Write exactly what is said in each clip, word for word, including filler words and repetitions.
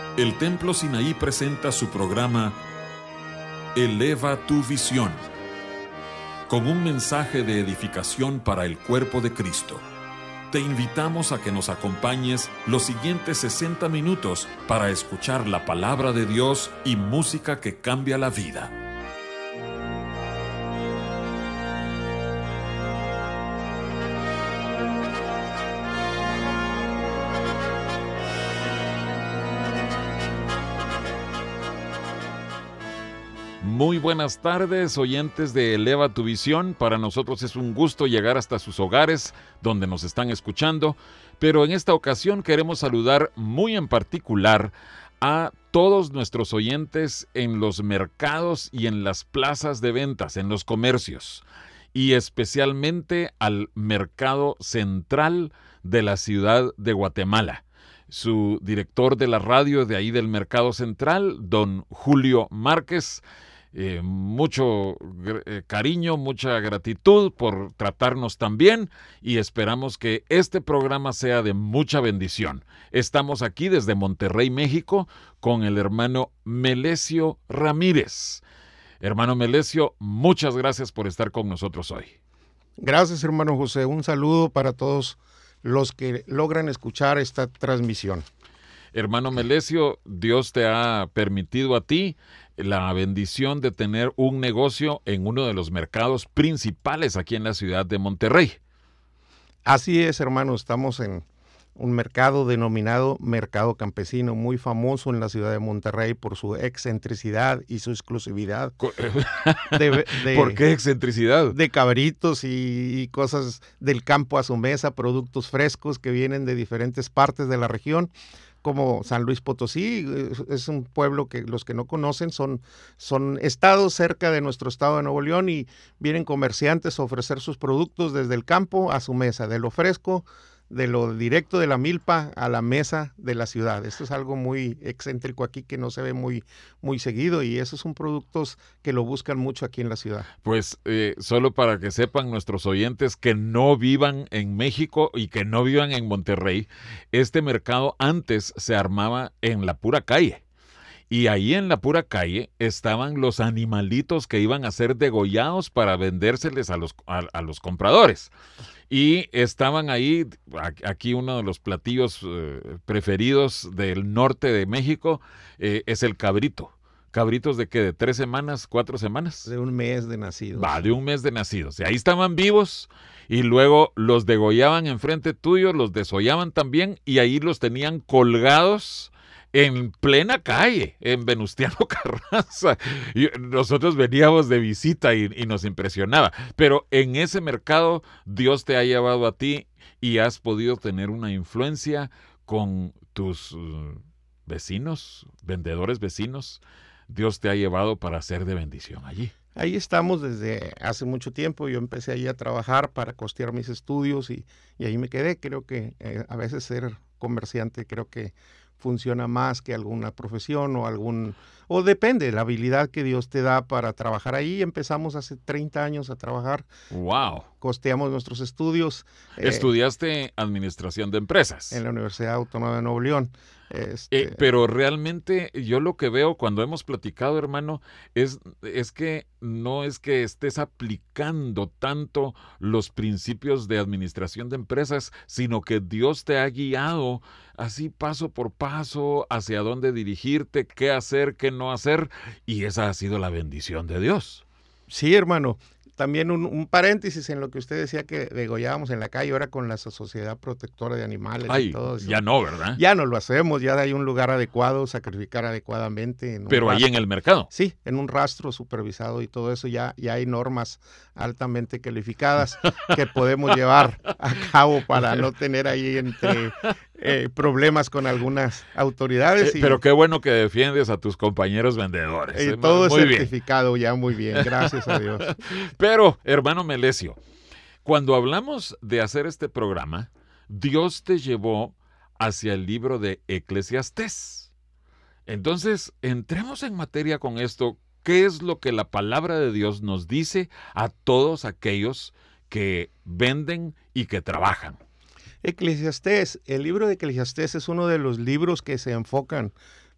El Templo Sinaí presenta su programa Eleva tu visión, con un mensaje de edificación para el cuerpo de Cristo. Te invitamos a que nos acompañes los siguientes sesenta minutos para escuchar la palabra de Dios y música que cambia la vida. Muy buenas tardes, oyentes de Eleva tu Visión. Para nosotros es un gusto llegar hasta sus hogares donde nos están escuchando, pero en esta ocasión queremos saludar muy en particular a todos nuestros oyentes en los mercados y en las plazas de ventas, en los comercios, y especialmente al mercado central de la ciudad de Guatemala. Su director de la radio de ahí del Mercado Central, don Julio Márquez, Eh, mucho eh, cariño, mucha gratitud por tratarnos tan bien y esperamos que este programa sea de mucha bendición. Estamos aquí desde Monterrey, México, con el hermano Melesio Ramírez. Hermano Melesio, muchas gracias por estar con nosotros hoy. Gracias, hermano José. Un saludo para todos los que logran escuchar esta transmisión. Hermano Melesio, Dios te ha permitido a ti la bendición de tener un negocio en uno de los mercados principales aquí en la ciudad de Monterrey. Así es, hermano. Estamos en un mercado denominado Mercado Campesino, muy famoso en la ciudad de Monterrey por su excentricidad y su exclusividad. De, de, ¿Por qué excentricidad? De cabritos y, y cosas del campo a su mesa, productos frescos que vienen de diferentes partes de la región, como San Luis Potosí. Es un pueblo que los que no conocen son, son estados cerca de nuestro estado de Nuevo León y vienen comerciantes a ofrecer sus productos desde el campo a su mesa, de lo fresco, de lo directo de la milpa a la mesa de la ciudad. Esto es algo muy excéntrico aquí que no se ve muy, muy seguido y esos son productos que lo buscan mucho aquí en la ciudad. Pues eh, solo para que sepan nuestros oyentes que no vivan en México y que no vivan en Monterrey, este mercado antes se armaba en la pura calle. Y ahí en la pura calle estaban los animalitos que iban a ser degollados para vendérseles a los, a, a los compradores. Y estaban ahí, aquí uno de los platillos eh, preferidos del norte de México eh, es el cabrito. ¿Cabritos de qué? ¿De tres semanas, cuatro semanas? De un mes de nacidos. Va, de un mes de nacidos. Y ahí estaban vivos y luego los degollaban enfrente tuyo, los desollaban también y ahí los tenían colgados en plena calle, en Venustiano Carranza. Y nosotros veníamos de visita y, y nos impresionaba. Pero en ese mercado Dios te ha llevado a ti y has podido tener una influencia con tus uh, vecinos, vendedores vecinos. Dios te ha llevado para ser de bendición allí. Ahí estamos desde hace mucho tiempo. Yo empecé ahí a trabajar para costear mis estudios y, y ahí me quedé. Creo que eh, a veces ser comerciante creo que funciona más que alguna profesión o algún, o depende, la habilidad que Dios te da para trabajar ahí. Empezamos hace treinta años a trabajar. ¡Wow! Costeamos nuestros estudios. ¿Estudiaste eh, Administración de Empresas? En la Universidad Autónoma de Nuevo León. Este... Eh, pero realmente yo lo que veo cuando hemos platicado, hermano, es, es que no es que estés aplicando tanto los principios de administración de empresas, sino que Dios te ha guiado así paso por paso hacia dónde dirigirte, qué hacer, qué no hacer, y esa ha sido la bendición de Dios. Sí, hermano. También un, un paréntesis en lo que usted decía que degollábamos en la calle, ahora con la Sociedad Protectora de Animales. Ay, y todo eso. Ya no, ¿verdad? Ya no lo hacemos, ya hay un lugar adecuado, sacrificar adecuadamente. En Pero ahí en el mercado. Sí, en un rastro supervisado y todo eso, ya, ya hay normas altamente calificadas que podemos llevar a cabo para no tener ahí entre eh, problemas con algunas autoridades. Eh, y, pero qué bueno que defiendes a tus compañeros vendedores. Y eh, todo muy es bien. certificado ya muy bien, gracias a Dios. Pero, hermano Melesio, cuando hablamos de hacer este programa, Dios te llevó hacia el libro de Eclesiastés. Entonces, entremos en materia con esto. ¿Qué es lo que la palabra de Dios nos dice a todos aquellos que venden y que trabajan? Eclesiastés, el libro de Eclesiastés es uno de los libros que se enfocan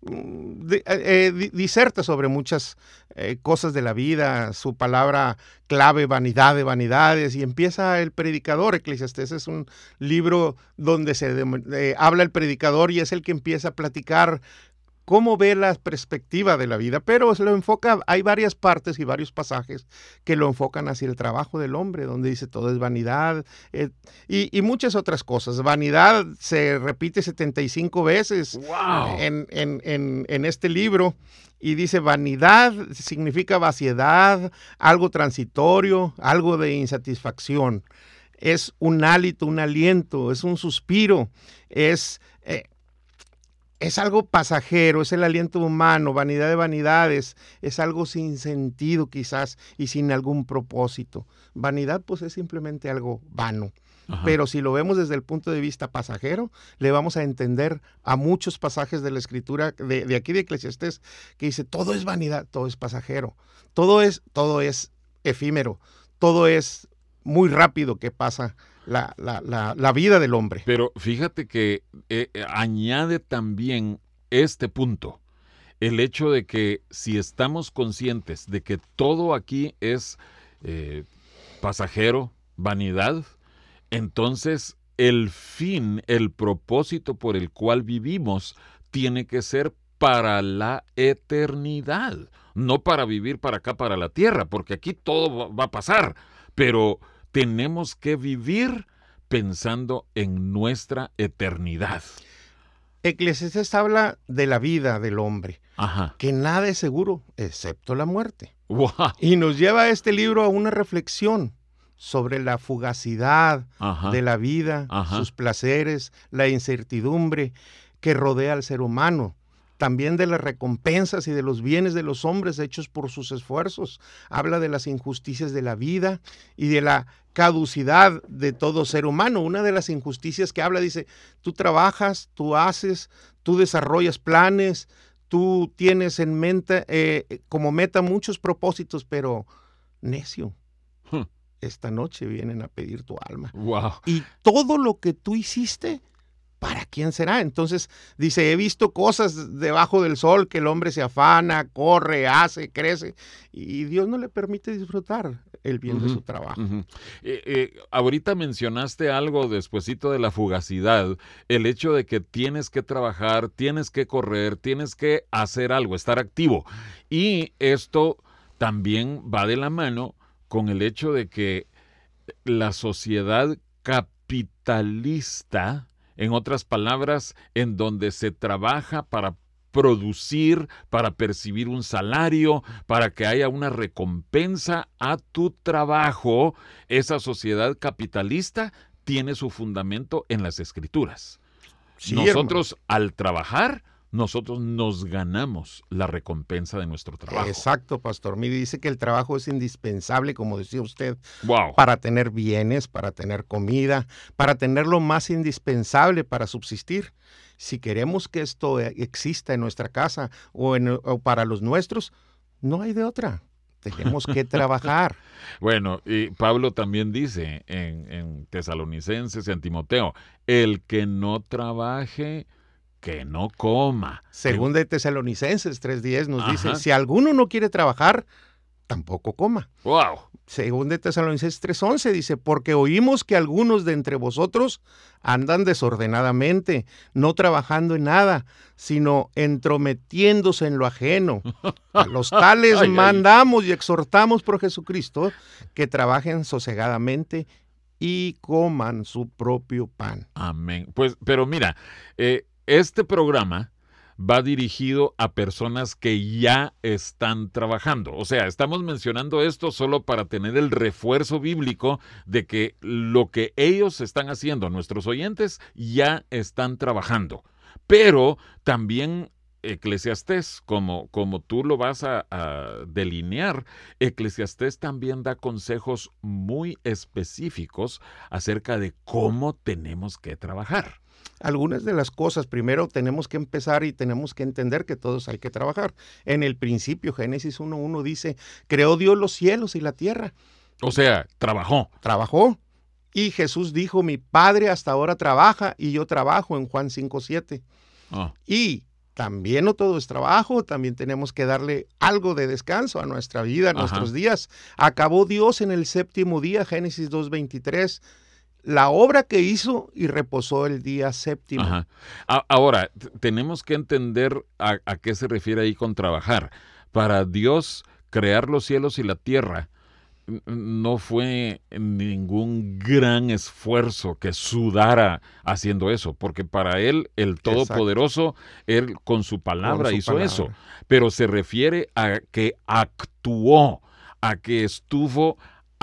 de, eh, diserta sobre muchas eh, cosas de la vida, su palabra clave, vanidad de vanidades, y empieza el predicador. Eclesiastés es un libro donde se eh, habla el predicador y es el que empieza a platicar cómo ve la perspectiva de la vida, pero se lo enfoca, hay varias partes y varios pasajes que lo enfocan hacia el trabajo del hombre, donde dice todo es vanidad, eh, y, y muchas otras cosas. Vanidad se repite setenta y cinco veces wow. en, en, en, en este libro, y dice vanidad significa vaciedad, algo transitorio, algo de insatisfacción. Es un hálito, un aliento, es un suspiro, es... Eh, Es algo pasajero, es el aliento humano, vanidad de vanidades, es algo sin sentido quizás y sin algún propósito. Vanidad pues es simplemente algo vano. Ajá. Pero si lo vemos desde el punto de vista pasajero, le vamos a entender a muchos pasajes de la Escritura, de, de aquí de Eclesiastés, que dice todo es vanidad, todo es pasajero, todo es, todo es efímero, todo es muy rápido que pasa La, la, la, la vida del hombre. Pero fíjate que eh, añade también este punto, el hecho de que si estamos conscientes de que todo aquí es eh, pasajero, vanidad, entonces el fin, el propósito por el cual vivimos tiene que ser para la eternidad, no para vivir para acá, para la tierra, porque aquí todo va a pasar, pero tenemos que vivir pensando en nuestra eternidad. Eclesiastés habla de la vida del hombre, Ajá. que nada es seguro excepto la muerte. Wow. Y nos lleva este libro a una reflexión sobre la fugacidad Ajá. de la vida, Ajá. sus placeres, la incertidumbre que rodea al ser humano. También de las recompensas y de los bienes de los hombres hechos por sus esfuerzos. Habla de las injusticias de la vida y de la caducidad de todo ser humano. Una de las injusticias que habla dice, tú trabajas, tú haces, tú desarrollas planes, tú tienes en mente, eh, como meta muchos propósitos, pero necio, Hmm. esta noche vienen a pedir tu alma. Wow. Y todo lo que tú hiciste, ¿para quién será? Entonces dice, he visto cosas debajo del sol que el hombre se afana, corre, hace, crece, y Dios no le permite disfrutar el bien uh-huh, de su trabajo. Uh-huh. Eh, eh, ahorita mencionaste algo despuesito de la fugacidad, el hecho de que tienes que trabajar, tienes que correr, tienes que hacer algo, estar activo. Y esto también va de la mano con el hecho de que la sociedad capitalista, en otras palabras, en donde se trabaja para producir, para percibir un salario, para que haya una recompensa a tu trabajo, esa sociedad capitalista tiene su fundamento en las Escrituras. Sí, nosotros, hermano, al trabajar, nosotros nos ganamos la recompensa de nuestro trabajo. Exacto, pastor. Mire, dice que el trabajo es indispensable, como decía usted, wow, para tener bienes, para tener comida, para tener lo más indispensable para subsistir. Si queremos que esto exista en nuestra casa o, en, o para los nuestros, no hay de otra. Tenemos que trabajar. Bueno, y Pablo también dice en, en Tesalonicenses, en Timoteo, el que no trabaje, que no coma. Según de Tesalonicenses tres diez nos Ajá. dice, si alguno no quiere trabajar, tampoco coma. Wow. Según de Tesalonicenses tres once dice, porque oímos que algunos de entre vosotros andan desordenadamente, no trabajando en nada, sino entrometiéndose en lo ajeno. A los tales ay, mandamos ay. y exhortamos por Jesucristo que trabajen sosegadamente y coman su propio pan. Amén. Pues, pero mira, eh, este programa va dirigido a personas que ya están trabajando. O sea, estamos mencionando esto solo para tener el refuerzo bíblico de que lo que ellos están haciendo, nuestros oyentes, ya están trabajando. Pero también Eclesiastés, como, como tú lo vas a, a delinear, Eclesiastés también da consejos muy específicos acerca de cómo tenemos que trabajar. Algunas de las cosas, primero tenemos que empezar y tenemos que entender que todos hay que trabajar. En el principio, Génesis uno uno dice, creó Dios los cielos y la tierra. O sea, trabajó. Trabajó. Y Jesús dijo, mi Padre hasta ahora trabaja y yo trabajo en Juan cinco siete. Oh. Y también no todo es trabajo, también tenemos que darle algo de descanso a nuestra vida, a nuestros Ajá. días. Acabó Dios en el séptimo día, Génesis dos veintitrés, la obra que hizo y reposó el día séptimo. Ajá. A- Ahora, t- tenemos que entender a, a qué se refiere ahí con trabajar. Para Dios, crear los cielos y la tierra n- no fue ningún gran esfuerzo que sudara haciendo eso, porque para Él, el Exacto, Todopoderoso, Él con su con palabra su hizo eso. palabra. Pero se refiere a que actuó, a que estuvo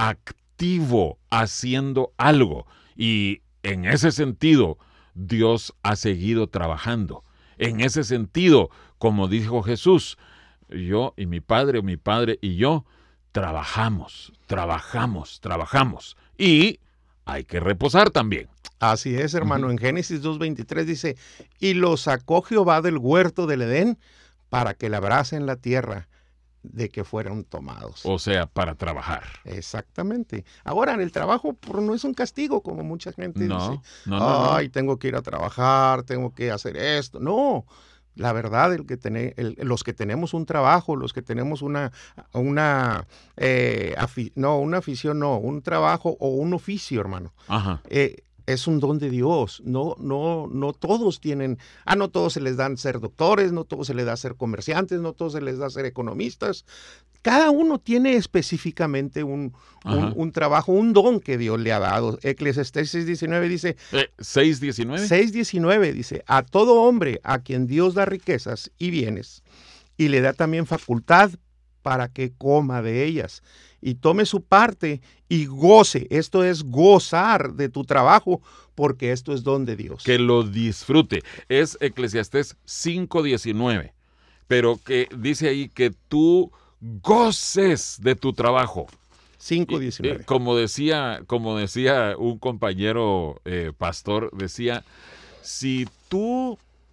activo haciendo algo. Y en ese sentido, Dios ha seguido trabajando. En ese sentido, como dijo Jesús, yo y mi padre, o mi padre y yo, trabajamos, trabajamos, trabajamos. Y hay que reposar también. Así es, hermano. Ujú. En Génesis dos veintitrés dice, y los sacó Jehová del huerto del Edén para que labrasen la tierra de que fueron tomados. O sea, para trabajar. Exactamente. Ahora, el trabajo por- no es un castigo, como mucha gente dice. No, no, no, no. Ay, tengo que ir a trabajar, tengo que hacer esto. No, la verdad, el que tene- el- los que tenemos un trabajo, los que tenemos una, una, eh, afi- no, una afición, no, un trabajo o un oficio, hermano. Ajá. eh, es un don de Dios. No, no, no todos tienen, ah, no todos se les dan ser doctores, no todos se les da ser comerciantes, no todos se les da ser economistas. Cada uno tiene específicamente un, un, Ajá. un trabajo, un don que Dios le ha dado. Eclesiastés seis diecinueve dice, Eh, ¿seis diecinueve? seis diecinueve dice, a todo hombre a quien Dios da riquezas y bienes, y le da también facultad para que coma de ellas, y tome su parte y goce. Esto es gozar de tu trabajo, porque esto es don de Dios. Que lo disfrute. Es Eclesiastés cinco diecinueve, pero que dice ahí que tú goces de tu trabajo. cinco Y, diecinueve. eh, como decía, como decía un compañero eh, pastor, decía, si tú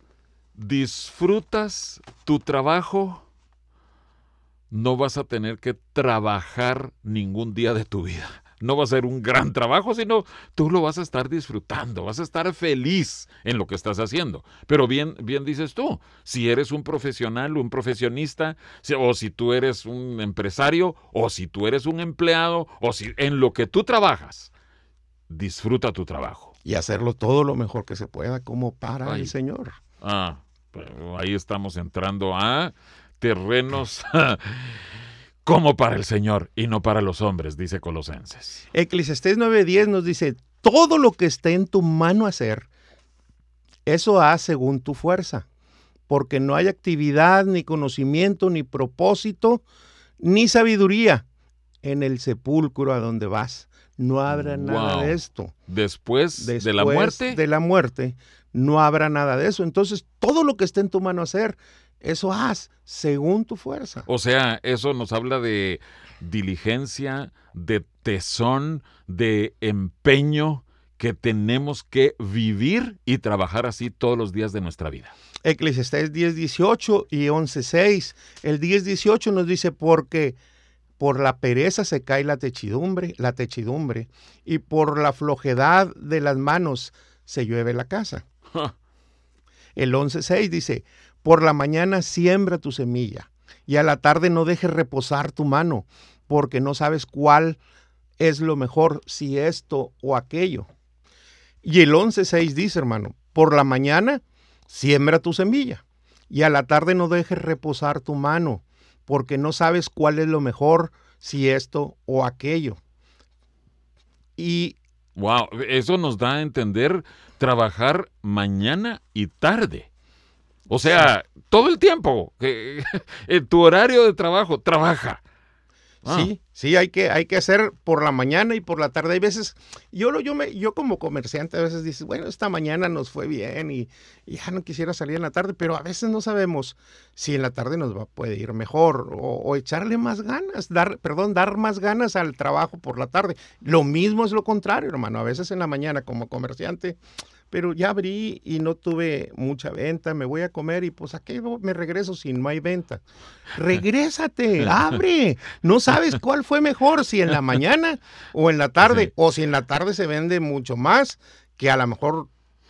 disfrutas tu trabajo, no vas a tener que trabajar ningún día de tu vida. No va a ser un gran trabajo, sino tú lo vas a estar disfrutando, vas a estar feliz en lo que estás haciendo. Pero bien, bien dices tú, si eres un profesional, un profesionista, si- o si tú eres un empresario, o si tú eres un empleado, o si en lo que tú trabajas, disfruta tu trabajo. Y hacerlo todo lo mejor que se pueda, como para Ay. el Señor. Ah, pero ahí estamos entrando a terrenos como para el Señor y no para los hombres, dice Colosenses. Eclesiastés nueve diez nos dice, todo lo que esté en tu mano hacer, eso haz según tu fuerza, porque no hay actividad, ni conocimiento, ni propósito, ni sabiduría en el sepulcro a donde vas. No habrá nada Wow. de esto. Después, de la Después muerte, de la muerte, no habrá nada de eso. Entonces, todo lo que esté en tu mano hacer, eso haz según tu fuerza. o sea, eso nos habla de diligencia, de tesón, de empeño, que tenemos que vivir y trabajar así todos los días de nuestra vida. Eclesiastés diez dieciocho y once seis. El diez dieciocho nos dice, porque por la pereza se cae la techidumbre, la techidumbre, y por la flojedad de las manos se llueve la casa. Ja. El once seis dice, por la mañana siembra tu semilla, y a la tarde no dejes reposar tu mano, porque no sabes cuál es lo mejor, si esto o aquello. Y el once seis dice, hermano, por la mañana siembra tu semilla, y a la tarde no dejes reposar tu mano, porque no sabes cuál es lo mejor, si esto o aquello. Y Wow, eso nos da a entender trabajar mañana y tarde. O sea, todo el tiempo, que- en tu horario de trabajo, trabaja. Ah. sí, sí, hay que, hay que hacer por la mañana y por la tarde. Hay veces, yo, lo, yo, me, yo como comerciante a veces dices, bueno, esta mañana nos fue bien y, y ya no quisiera salir en la tarde, pero a veces no sabemos si en la tarde nos va, puede ir mejor o, o echarle más ganas, dar, perdón, dar más ganas al trabajo por la tarde. Lo mismo es lo contrario, hermano. A veces en la mañana como comerciante, pero ya abrí y no tuve mucha venta, me voy a comer y pues ¿a qué me regreso si no hay venta? Regrésate, abre. No sabes cuál fue mejor, si en la mañana o en la tarde, Sí. o si en la tarde se vende mucho más, que a lo mejor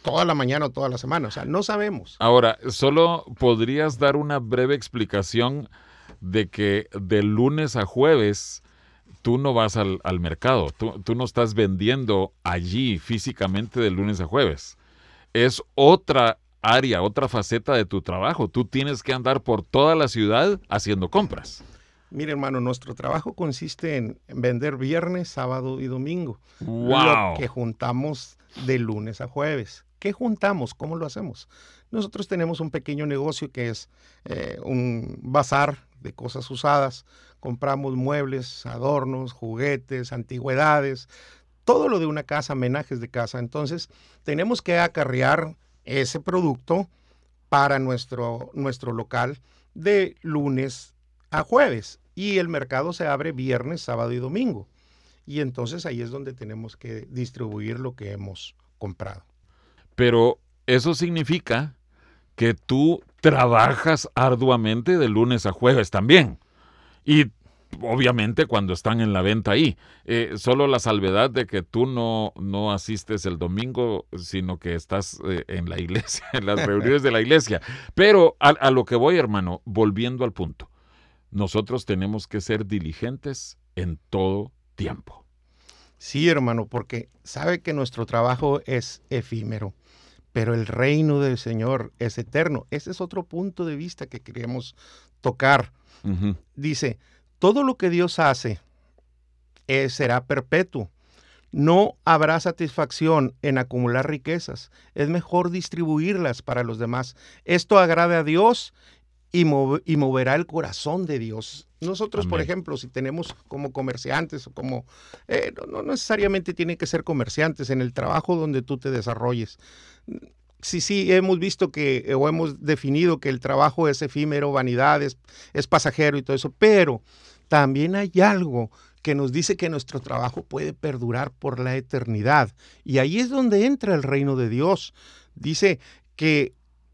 toda la mañana o toda la semana. O sea, no sabemos. Ahora, solo podrías dar una breve explicación de que de lunes a jueves tú no vas al, al mercado, tú, tú no estás vendiendo allí físicamente de lunes a jueves. Es otra área, otra faceta de tu trabajo. Tú tienes que andar por toda la ciudad haciendo compras. Mire, hermano, nuestro trabajo consiste en vender viernes, sábado y domingo. ¡Wow! Lo que juntamos de lunes a jueves. ¿Qué juntamos? ¿Cómo lo hacemos? Nosotros tenemos un pequeño negocio que es eh, un bazar de cosas usadas. Compramos muebles, adornos, juguetes, antigüedades, todo lo de una casa, menajes de casa. Entonces, tenemos que acarrear ese producto para nuestro, nuestro local de lunes a jueves. Y el mercado se abre viernes, sábado y domingo. Y entonces ahí es donde tenemos que distribuir lo que hemos comprado. Pero eso significa que tú trabajas arduamente de lunes a jueves también. Y obviamente cuando están en la venta ahí. Eh, solo la salvedad de que tú no, no asistes el domingo, sino que estás eh, en la iglesia, en las reuniones de la iglesia. Pero a, a lo que voy, hermano, volviendo al punto. Nosotros tenemos que ser diligentes en todo tiempo. Sí, hermano, porque sabe que nuestro trabajo es efímero, pero el reino del Señor es eterno. Ese es otro punto de vista que queremos tocar. Uh-huh. Dice, todo lo que Dios hace eh, será perpetuo. No habrá satisfacción en acumular riquezas. Es mejor distribuirlas para los demás. Esto agrada a Dios y, move, y moverá el corazón de Dios. Nosotros, Amén. Por ejemplo, si tenemos como comerciantes o como... Eh, no, no necesariamente tienen que ser comerciantes en el trabajo donde tú te desarrolles. Sí, sí, hemos visto que, o hemos definido que el trabajo es efímero, vanidad, es, es pasajero y todo eso, pero también hay algo que nos dice que nuestro trabajo puede perdurar por la eternidad. Y ahí es donde entra el reino de Dios. Dice que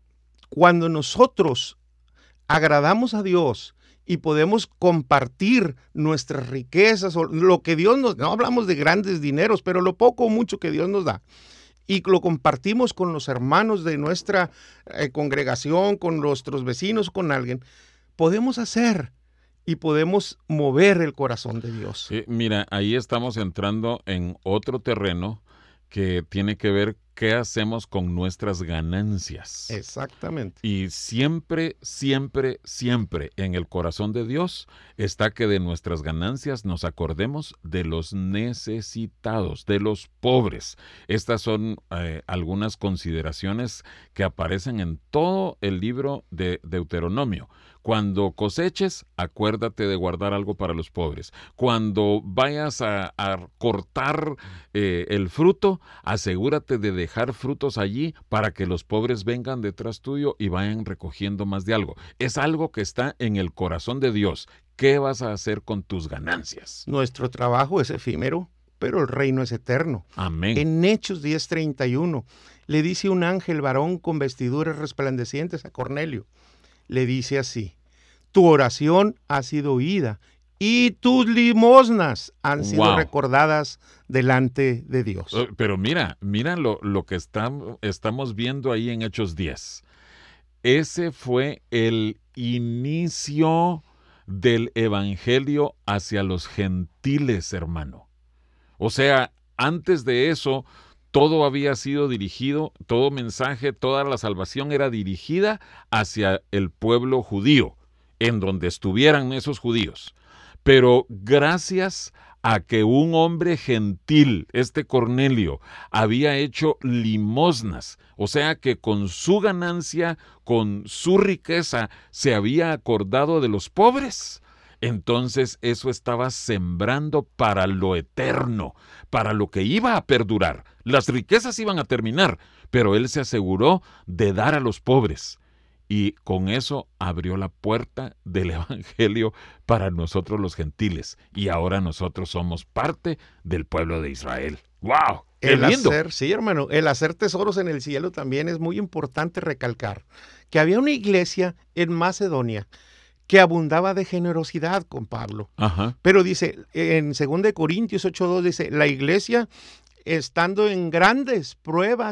cuando nosotros agradamos a Dios y podemos compartir nuestras riquezas, o lo que Dios nos da, no hablamos de grandes dineros, pero lo poco o mucho que Dios nos da, y lo compartimos con los hermanos de nuestra eh, congregación, con nuestros vecinos, con alguien, podemos hacer y podemos mover el corazón de Dios. Sí, mira, ahí estamos entrando en otro terreno que tiene que ver qué hacemos con nuestras ganancias. Exactamente. Y siempre, siempre, siempre en el corazón de Dios está que de nuestras ganancias nos acordemos de los necesitados, de los pobres. Estas son eh, algunas consideraciones que aparecen en todo el libro de Deuteronomio. Cuando coseches, acuérdate de guardar algo para los pobres. Cuando vayas a, a cortar eh, el fruto, asegúrate de dejar frutos allí para que los pobres vengan detrás tuyo y vayan recogiendo más de algo. Es algo que está en el corazón de Dios. ¿Qué vas a hacer con tus ganancias? Nuestro trabajo es efímero, pero el reino es eterno. Amén. En Hechos diez treinta y uno le dice un ángel varón con vestiduras resplandecientes a Cornelio. Le dice así: tu oración ha sido oída y tus limosnas han sido wow. recordadas delante de Dios. Pero mira, mira lo, lo que está, estamos viendo ahí en Hechos diez. Ese fue el inicio del evangelio hacia los gentiles, hermano. O sea, antes de eso, todo había sido dirigido, todo mensaje, toda la salvación era dirigida hacia el pueblo judío, en donde estuvieran esos judíos. Pero gracias a que un hombre gentil, este Cornelio, había hecho limosnas, o sea que con su ganancia, con su riqueza, se había acordado de los pobres. Entonces eso estaba sembrando para lo eterno, para lo que iba a perdurar. Las riquezas iban a terminar, pero él se aseguró de dar a los pobres. Y con eso abrió la puerta del evangelio para nosotros los gentiles. Y ahora nosotros somos parte del pueblo de Israel. ¡Wow! ¡Qué el lindo! Hacer, sí, hermano, el hacer tesoros en el cielo también es muy importante recalcar que había una iglesia en Macedonia que abundaba de generosidad con Pablo. Ajá. Pero dice, en segunda de Corintios ocho dos dice, la iglesia estando en grandes pruebas y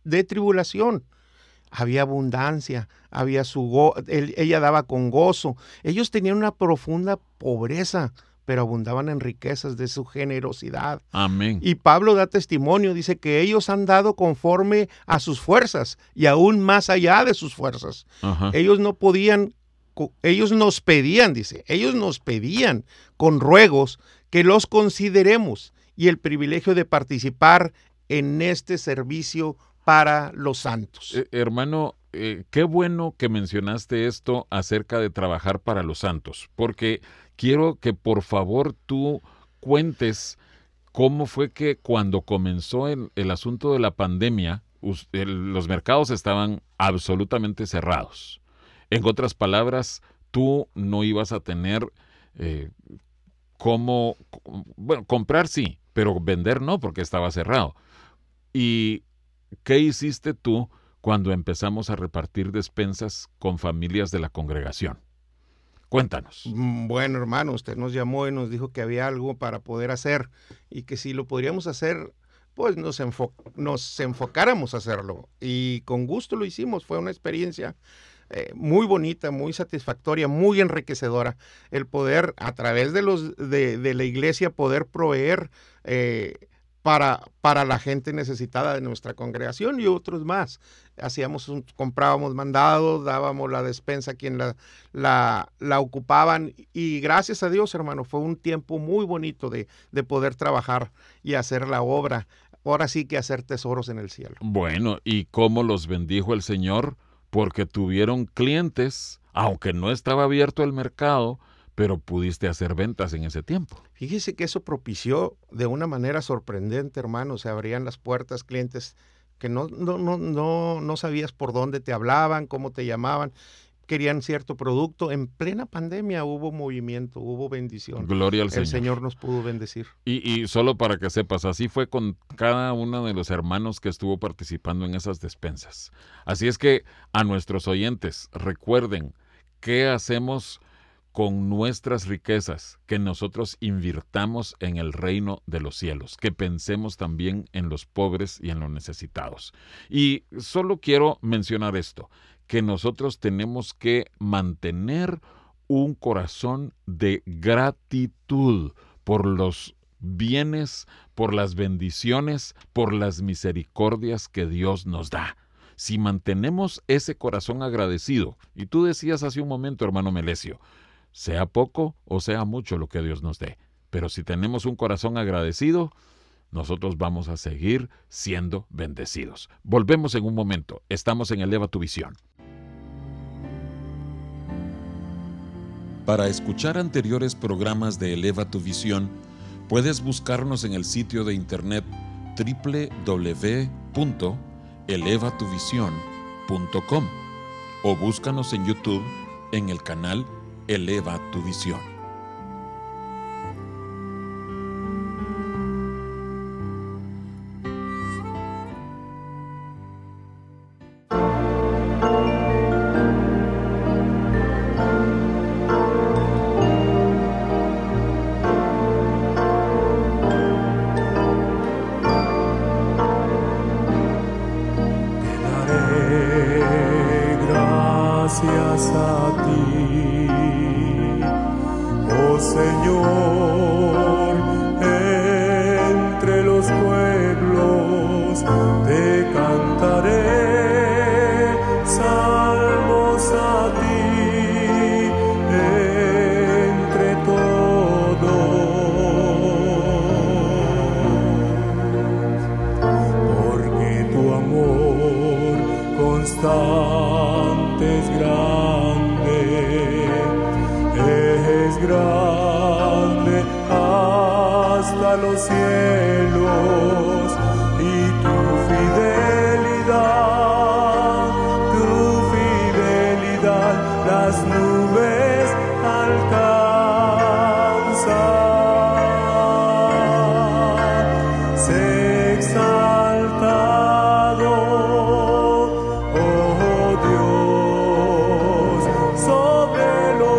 de tribulación. Había abundancia, había su go- él- ella daba con gozo. Ellos tenían una profunda pobreza, pero abundaban en riquezas de su generosidad. Amén. Y Pablo da testimonio, dice que ellos han dado conforme a sus fuerzas y aún más allá de sus fuerzas. Ajá. Ellos no podían, co- ellos nos pedían, dice, ellos nos pedían con ruegos que los consideremos y el privilegio de participar en este servicio para los santos. Eh, hermano, eh, qué bueno que mencionaste esto acerca de trabajar para los santos, porque quiero que por favor tú cuentes cómo fue que cuando comenzó el, el asunto de la pandemia, us- el- los mercados estaban absolutamente cerrados. En otras palabras, tú no ibas a tener eh, cómo, bueno, comprar sí, pero vender no, porque estaba cerrado. ¿Y qué hiciste tú cuando empezamos a repartir despensas con familias de la congregación? Cuéntanos. Mm, Bueno, hermano, usted nos llamó y nos dijo que había algo para poder hacer y que si lo podríamos hacer, pues nos, enfo- nos enfocáramos a hacerlo. Y con gusto lo hicimos. Fue una experiencia eh, muy bonita, muy satisfactoria, muy enriquecedora. El poder, a través de, los, de, de la iglesia, poder proveer eh, para, para la gente necesitada de nuestra congregación y otros más. Hacíamos un- comprábamos mandados, dábamos la despensa a quien la, la, la ocupaban y gracias a Dios, hermano, fue un tiempo muy bonito de, de poder trabajar y hacer la obra. Ahora sí que hacer tesoros en el cielo. Bueno, ¿y cómo los bendijo el Señor? Porque tuvieron clientes, aunque no estaba abierto el mercado, pero pudiste hacer ventas en ese tiempo. Fíjese que eso propició de una manera sorprendente, hermano. Se abrían las puertas, clientes que no, no, no, no, no sabías por dónde te hablaban, cómo te llamaban, querían cierto producto. En plena pandemia hubo movimiento, hubo bendición. Gloria al El Señor. Señor nos pudo bendecir. Y, y solo para que sepas, así fue con cada uno de los hermanos que estuvo participando en esas despensas. Así es que a nuestros oyentes, recuerden qué hacemos con nuestras riquezas, que nosotros invirtamos en el reino de los cielos, que pensemos también en los pobres y en los necesitados. Y solo quiero mencionar esto, que nosotros tenemos que mantener un corazón de gratitud por los bienes, por las bendiciones, por las misericordias que Dios nos da. Si mantenemos ese corazón agradecido, y tú decías hace un momento, hermano Melesio, sea poco o sea mucho lo que Dios nos dé, pero si tenemos un corazón agradecido, nosotros vamos a seguir siendo bendecidos. Volvemos en un momento. Estamos en Eleva tu Visión. Para escuchar anteriores programas de Eleva tu Visión, puedes buscarnos en el sitio de internet doble u doble u doble u punto eleva tu visión punto com o búscanos en YouTube en el canal Eleva tu Visión. Gracias a ti, oh Señor, entre los pueblos te cantaré salmos a ti, entre todos, porque tu amor constante es grande, es grande hasta los cielos, y tu fidelidad, tu fidelidad, las nubes alcanzan. Sé exaltado, oh Dios, sobre los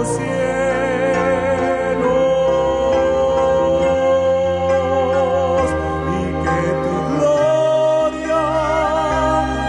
cielos, y que tu gloria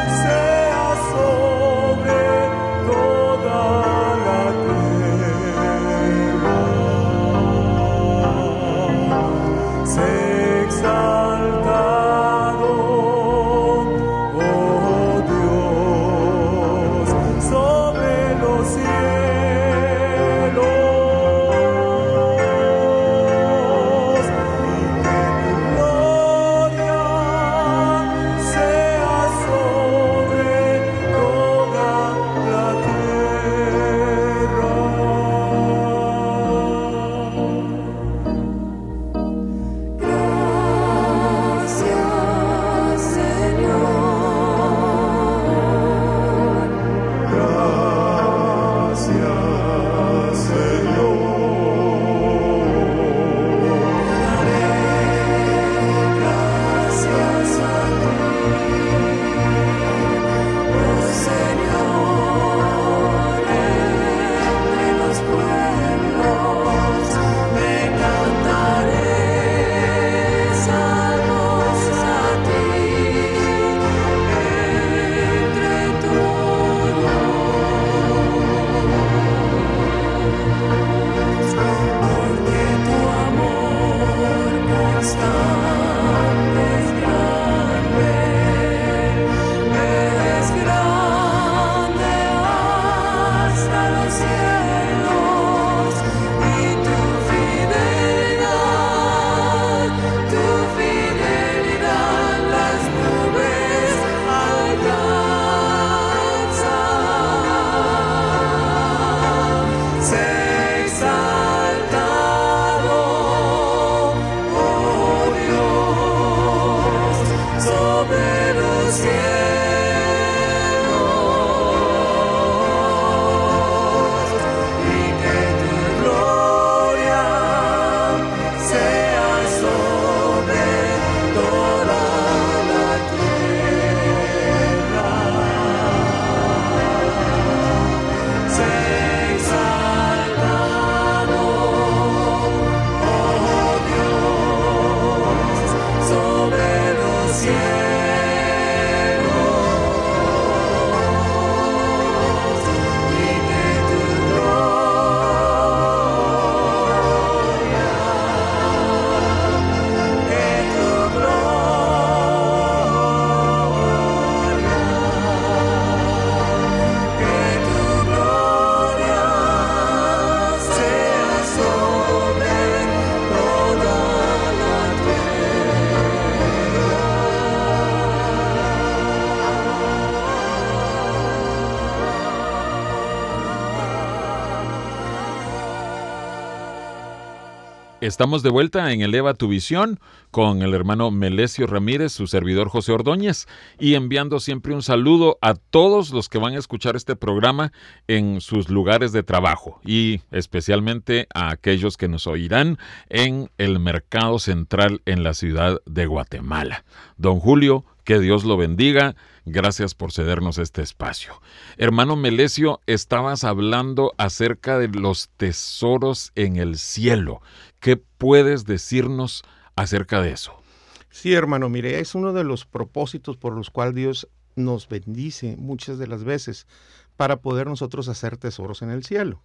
Estamos de vuelta en Eleva tu Visión con el hermano Melesio Ramírez, su servidor José Ordóñez, y enviando siempre un saludo a todos los que van a escuchar este programa en sus lugares de trabajo y especialmente a aquellos que nos oirán en el Mercado Central en la ciudad de Guatemala. Don Julio, que Dios lo bendiga. Gracias por cedernos este espacio. Hermano Melesio, estabas hablando acerca de los tesoros en el cielo. ¿Qué puedes decirnos acerca de eso? Sí, hermano, mire, es uno de los propósitos por los cuales Dios nos bendice muchas de las veces para poder nosotros hacer tesoros en el cielo.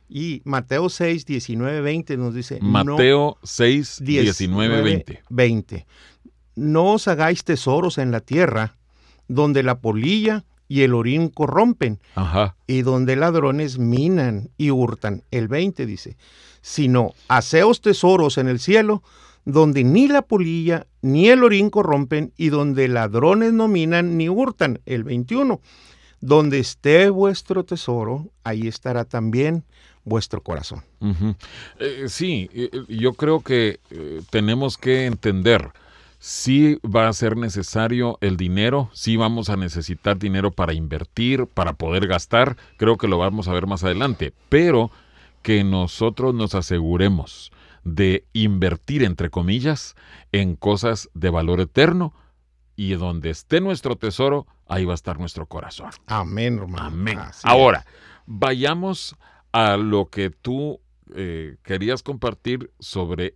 Y Mateo seis, diecinueve, veinte nos dice... Mateo no, seis, diecinueve, veinte. veinte. No os hagáis tesoros en la tierra, donde la polilla y el orín corrompen, Ajá. y donde ladrones minan y hurtan. El veinte dice, sino haceos tesoros en el cielo, donde ni la polilla ni el orín corrompen, y donde ladrones no minan ni hurtan. El veintiuno, donde esté vuestro tesoro, ahí estará también vuestro corazón. Uh-huh. Eh, sí, eh, yo creo que eh, tenemos que entender, sí va a ser necesario el dinero, sí vamos a necesitar dinero para invertir, para poder gastar, creo que lo vamos a ver más adelante, pero que nosotros nos aseguremos de invertir, entre comillas, en cosas de valor eterno, y donde esté nuestro tesoro, ahí va a estar nuestro corazón. Amén, hermano. Amén. Así Ahora, es. vayamos a lo que tú eh, querías compartir sobre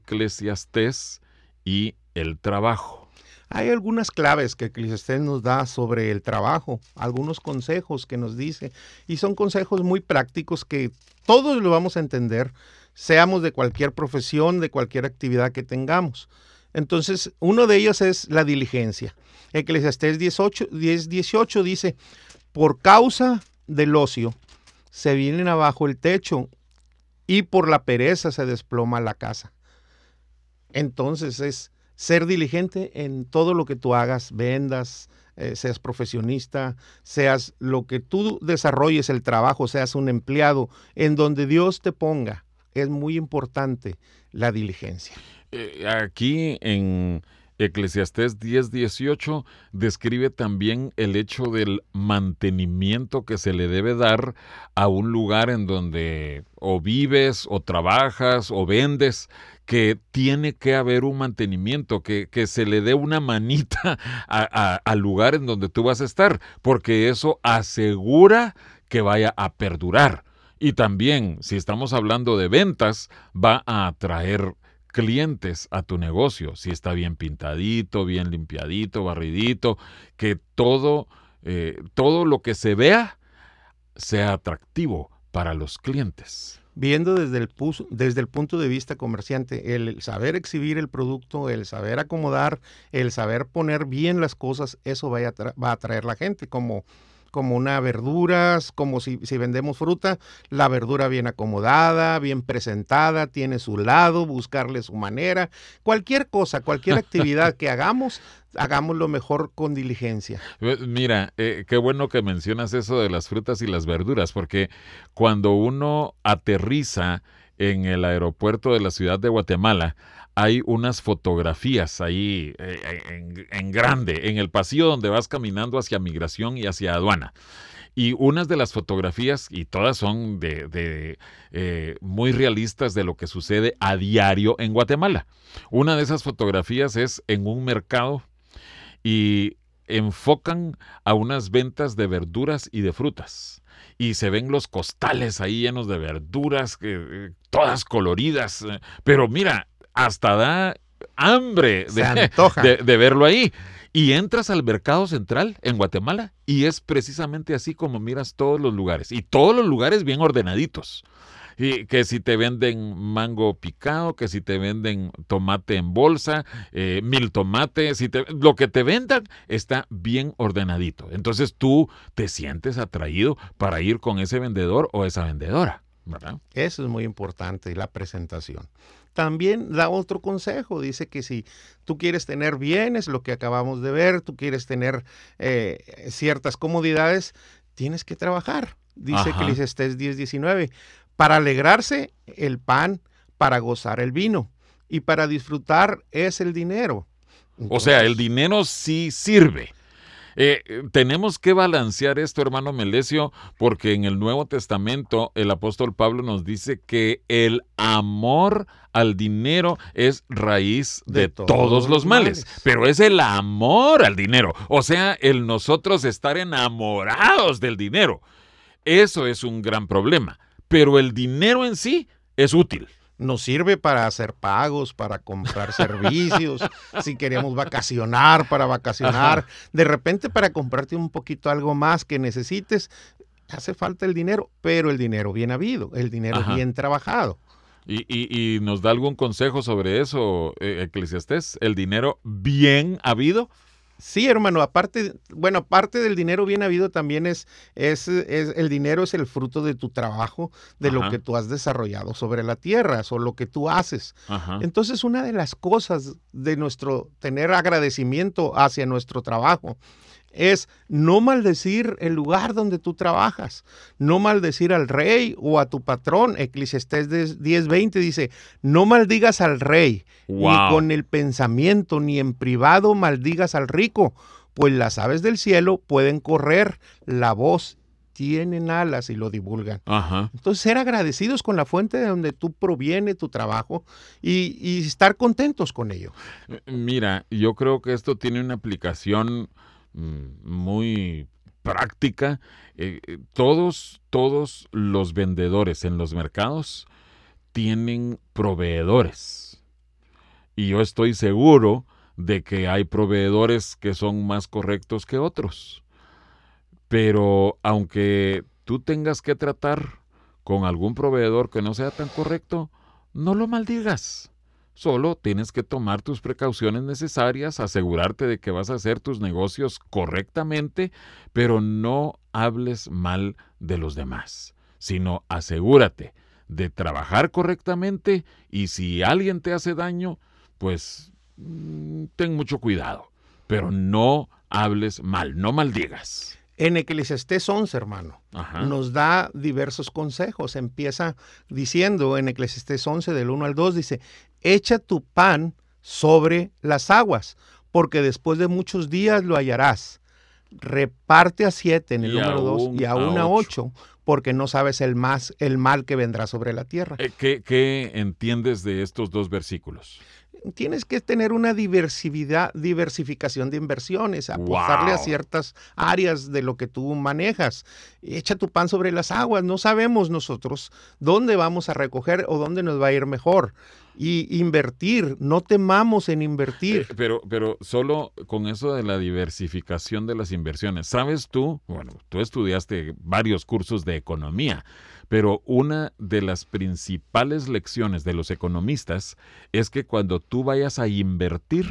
Eclesiastés y el trabajo. Hay algunas claves que Eclesiastés nos da sobre el trabajo, algunos consejos que nos dice, y son consejos muy prácticos que todos lo vamos a entender, seamos de cualquier profesión, de cualquier actividad que tengamos. Entonces, uno de ellos es la diligencia. Eclesiastés diez, dieciocho dice, por causa del ocio se vienen abajo el techo y por la pereza se desploma la casa. Entonces es ser diligente en todo lo que tú hagas, vendas, eh, seas profesionista, seas lo que tú desarrolles el trabajo, seas un empleado, en donde Dios te ponga. Es muy importante la diligencia. Eh, aquí en Eclesiastés diez dieciocho describe también el hecho del mantenimiento que se le debe dar a un lugar en donde o vives, o trabajas, o vendes, que tiene que haber un mantenimiento, que, que se le dé una manita a, a, al lugar en donde tú vas a estar, porque eso asegura que vaya a perdurar. Y también, si estamos hablando de ventas, va a atraer clientes a tu negocio, si está bien pintadito, bien limpiadito, barridito, que todo, eh, todo lo que se vea sea atractivo para los clientes. Viendo desde el, pus- desde el punto de vista comerciante, el saber exhibir el producto, el saber acomodar, el saber poner bien las cosas, eso vaya a tra- va a atraer la gente, como, como una verduras, como si, si vendemos fruta, la verdura bien acomodada, bien presentada, tiene su lado, buscarle su manera, cualquier cosa, cualquier actividad que hagamos, hagámoslo mejor con diligencia. Eh, Mira, eh, qué bueno que mencionas eso de las frutas y las verduras, porque cuando uno aterriza en el aeropuerto de la ciudad de Guatemala, hay unas fotografías ahí eh, en, en grande, en el pasillo donde vas caminando hacia migración y hacia aduana. Y unas de las fotografías, y todas son de, de, eh, muy realistas de lo que sucede a diario en Guatemala. Una de esas fotografías es en un mercado y enfocan a unas ventas de verduras y de frutas. Y se ven los costales ahí llenos de verduras, eh, todas coloridas. eh, Pero mira, hasta da hambre Se de, antoja. de- de verlo ahí. Y entras al mercado central en Guatemala y es precisamente así como miras todos los lugares. Y todos los lugares bien ordenaditos. Y que si te venden mango picado, que si te venden tomate en bolsa, eh, mil tomates, si te, lo que te vendan está bien ordenadito. Entonces tú te sientes atraído para ir con ese vendedor o esa vendedora, ¿verdad? Eso es muy importante, la presentación. También da otro consejo, dice que si tú quieres tener bienes, lo que acabamos de ver, tú quieres tener eh, ciertas comodidades, tienes que trabajar. Dice Ajá. Eclesiastés diez diecinueve, para alegrarse el pan, para gozar el vino y para disfrutar es el dinero. O sea, el Entonces, dinero sí sirve. Eh, eh, tenemos que balancear esto, hermano Melesio, porque en el Nuevo Testamento el apóstol Pablo nos dice que el amor al dinero es raíz de, De todos, todos los los males. males. Pero es el amor al dinero, o sea, el nosotros estar enamorados del dinero. Eso es un gran problema. Pero el dinero en sí es útil. nos sirve para hacer pagos, para comprar servicios, si queremos vacacionar, para vacacionar, Ajá. de repente para comprarte un poquito algo más que necesites, hace falta el dinero, pero el dinero bien habido, el dinero Ajá. bien trabajado. ¿Y, y, y nos da algún consejo sobre eso, eh, Eclesiastés? ¿El dinero bien habido? Sí, hermano, aparte, bueno, aparte del dinero bien habido también es, es, es el dinero es el fruto de tu trabajo, de Ajá. lo que tú has desarrollado sobre la tierra, o lo que tú haces. Ajá. Entonces, una de las cosas de nuestro tener agradecimiento hacia nuestro trabajo es no maldecir el lugar donde tú trabajas, no maldecir al rey o a tu patrón. Eclesiastés diez veinte dice, no maldigas al rey, Wow. ni con el pensamiento, ni en privado maldigas al rico, pues las aves del cielo pueden correr, la voz tienen alas y lo divulgan. Ajá. Entonces, ser agradecidos con la fuente de donde tú proviene tu trabajo y, y estar contentos con ello. Mira, yo creo que esto tiene una aplicación mm, muy práctica. Eh, eh, todos, todos los vendedores en los mercados tienen proveedores. Y yo estoy seguro de que hay proveedores que son más correctos que otros. Pero aunque tú tengas que tratar con algún proveedor que no sea tan correcto, no lo maldigas. Solo tienes que tomar tus precauciones necesarias, asegurarte de que vas a hacer tus negocios correctamente, pero no hables mal de los demás, sino asegúrate de trabajar correctamente y si alguien te hace daño, pues mm, ten mucho cuidado, pero no hables mal, no maldigas. En Eclesiastés once, hermano, Ajá. nos da diversos consejos. Empieza diciendo en Eclesiastés once, del uno al dos, dice, echa tu pan sobre las aguas, porque después de muchos días lo hallarás. Reparte a siete en el Y número dos aún y aún a a ocho. ocho, porque no sabes el, más, el mal que vendrá sobre la tierra. Eh, ¿Qué, qué entiendes de estos dos versículos? Tienes que tener una diversidad, diversificación de inversiones, apostarle Wow. a ciertas áreas de lo que tú manejas. Echa tu pan sobre las aguas, no sabemos nosotros dónde vamos a recoger o dónde nos va a ir mejor. Y invertir, no temamos en invertir. Eh, pero, pero solo con eso de la diversificación de las inversiones. ¿Sabes tú? Bueno, tú estudiaste varios cursos de economía, pero una de las principales lecciones de los economistas es que cuando tú vayas a invertir,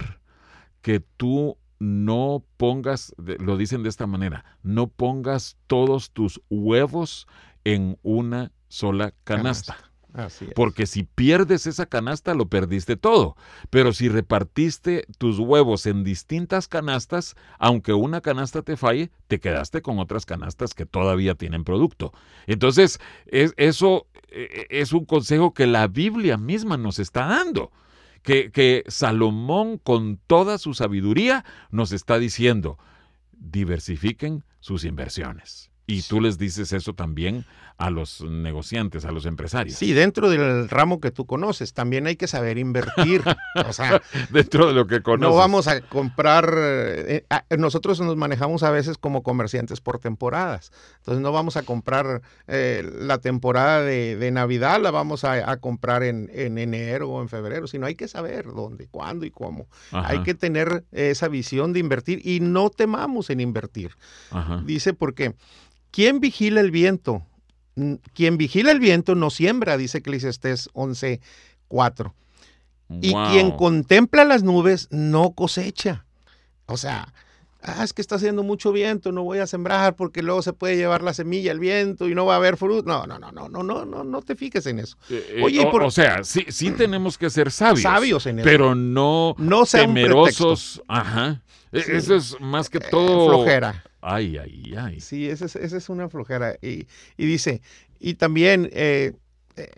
que tú no pongas, lo dicen de esta manera, no pongas todos tus huevos en una sola canasta. Canasta. Así es. Porque si pierdes esa canasta, lo perdiste todo. Pero si repartiste tus huevos en distintas canastas, aunque una canasta te falle, te quedaste con otras canastas que todavía tienen producto. Entonces, es, eso es un consejo que la Biblia misma nos está dando. Que, que Salomón, con toda su sabiduría, nos está diciendo, diversifiquen sus inversiones. Y tú les dices eso también a los negociantes, a los empresarios. Sí, dentro del ramo que tú conoces, también hay que saber invertir. O sea, dentro de lo que conoces. No vamos a comprar, eh, eh, nosotros nos manejamos a veces como comerciantes por temporadas. Entonces no vamos a comprar eh, la temporada de, de Navidad, la vamos a, a comprar en, en enero o en febrero, sino hay que saber dónde, cuándo y cómo. Ajá. Hay que tener esa visión de invertir y no temamos en invertir. Ajá. Dice porque, ¿quién vigila el viento? Quien vigila el viento no siembra, dice Eclesiastés once cuatro. Wow. Y quien contempla las nubes no cosecha. O sea, ah, es que está haciendo mucho viento, no voy a sembrar porque luego se puede llevar la semilla el viento y no va a haber fruto. No, no, no, no, no, no, no, no te fijes en eso. Eh, Oye, o, por... o sea, sí, sí tenemos que ser sabios. Sabios en eso. Pero no, no temerosos. Ajá. Sí. Eso es más que todo. Eh, flojera. Ay, ay, ay. Sí, esa es, esa es una flojera. Y, y dice, y también, eh, eh,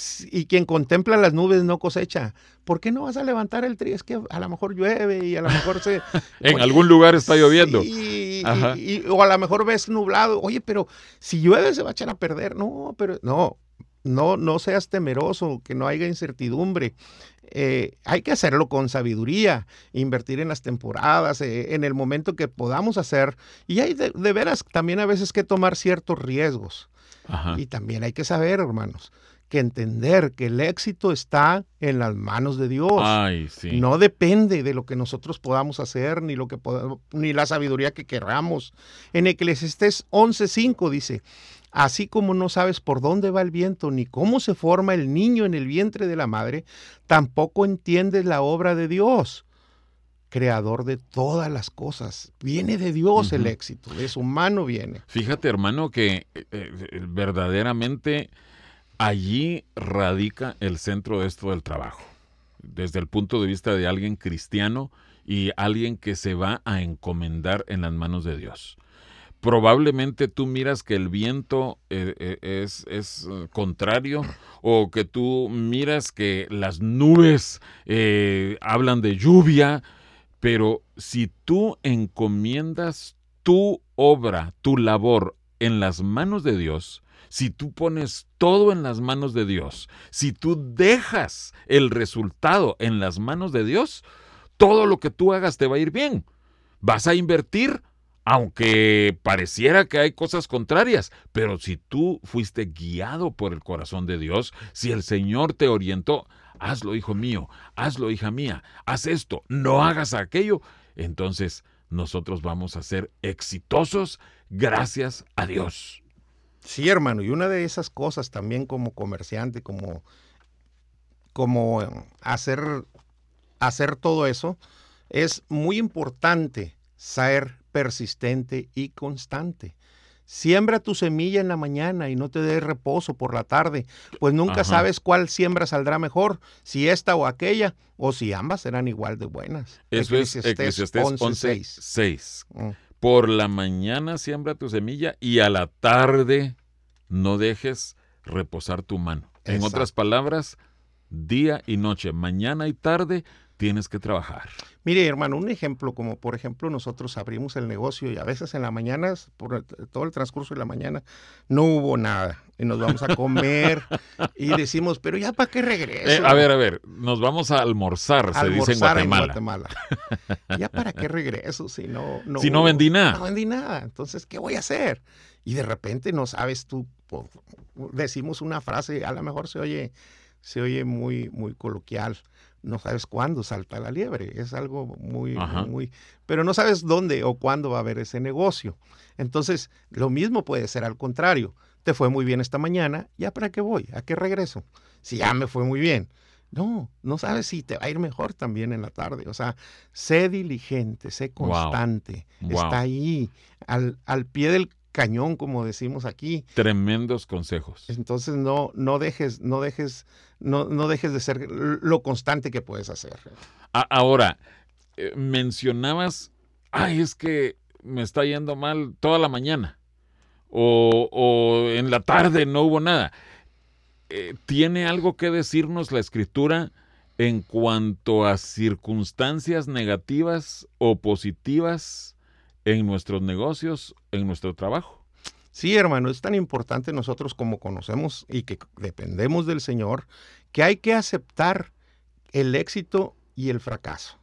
y quien contempla las nubes no cosecha. ¿Por qué no vas a levantar el trigo? Es que a lo mejor llueve y a lo mejor se... en oye, algún lugar está lloviendo. Sí, y, y, o a lo mejor ves nublado. Oye, pero si llueve se va a echar a perder. No, pero no, no, no seas temeroso, que no haya incertidumbre. Eh, hay que hacerlo con sabiduría, invertir en las temporadas, eh, en el momento que podamos hacer. Y hay de, de veras también a veces que tomar ciertos riesgos. Ajá. Y también hay que saber, hermanos, que entender que el éxito está en las manos de Dios. Ay, sí. No depende de lo que nosotros podamos hacer, ni, lo que podamos, ni la sabiduría que queramos. En Eclesiastés once cinco dice, así como no sabes por dónde va el viento, ni cómo se forma el niño en el vientre de la madre, tampoco entiendes la obra de Dios, creador de todas las cosas. Viene de Dios. Uh-huh. El éxito, de su mano viene. Fíjate, hermano, que eh, verdaderamente allí radica el centro de esto del trabajo, desde el punto de vista de alguien cristiano y alguien que se va a encomendar en las manos de Dios. Probablemente tú miras que el viento eh, es, es contrario, o que tú miras que las nubes eh, hablan de lluvia, pero si tú encomiendas tu obra, tu labor en las manos de Dios, si tú pones todo en las manos de Dios, si tú dejas el resultado en las manos de Dios, todo lo que tú hagas te va a ir bien. Vas a invertir, aunque pareciera que hay cosas contrarias, pero si tú fuiste guiado por el corazón de Dios, si el Señor te orientó, hazlo, hijo mío, hazlo, hija mía, haz esto, no hagas aquello, entonces nosotros vamos a ser exitosos gracias a Dios. Sí, hermano, y una de esas cosas también como comerciante, como, como hacer, hacer todo eso, es muy importante ser persistente y constante. Siembra tu semilla en la mañana y no te dé reposo por la tarde, pues nunca Ajá. sabes cuál siembra saldrá mejor, si esta o aquella, o si ambas serán igual de buenas. Eso es Eclesiastés once seis. Mm. Por la mañana siembra tu semilla y a la tarde no dejes reposar tu mano. Exacto. En otras palabras, día y noche, mañana y tarde, tienes que trabajar. Mire, hermano, un ejemplo, como por ejemplo nosotros abrimos el negocio y a veces en la mañana, por el, todo el transcurso de la mañana, no hubo nada. Y nos vamos a comer y decimos, pero ya para qué regreso. Eh, a ver, a ver, nos vamos a almorzar, se almorzar dice en Guatemala. En Guatemala. Ya para qué regreso si no, no si no vendí nada. No vendí nada. Entonces, ¿qué voy a hacer? Y de repente no sabes tú, decimos una frase, a lo mejor se oye se oye muy, muy coloquial. No sabes cuándo salta la liebre, es algo muy, Ajá. muy, pero no sabes dónde o cuándo va a haber ese negocio. Entonces, lo mismo puede ser al contrario. Te fue muy bien esta mañana, ¿ya para qué voy? ¿A qué regreso? Si ya me fue muy bien. No, no sabes si te va a ir mejor también en la tarde. O sea, sé diligente, sé Wow. constante. Wow. Está ahí, al, al pie del cañón, como decimos aquí. Tremendos consejos. Entonces no, no dejes, no dejes, no, no dejes de ser lo constante que puedes hacer. A- ahora, eh, mencionabas, ay, es que me está yendo mal toda la mañana. O, o en la tarde no hubo nada. Eh, ¿tiene algo que decirnos la Escritura en cuanto a circunstancias negativas o positivas en nuestros negocios, en nuestro trabajo? Sí, hermano, es tan importante nosotros como conocemos y que dependemos del Señor, que hay que aceptar el éxito y el fracaso.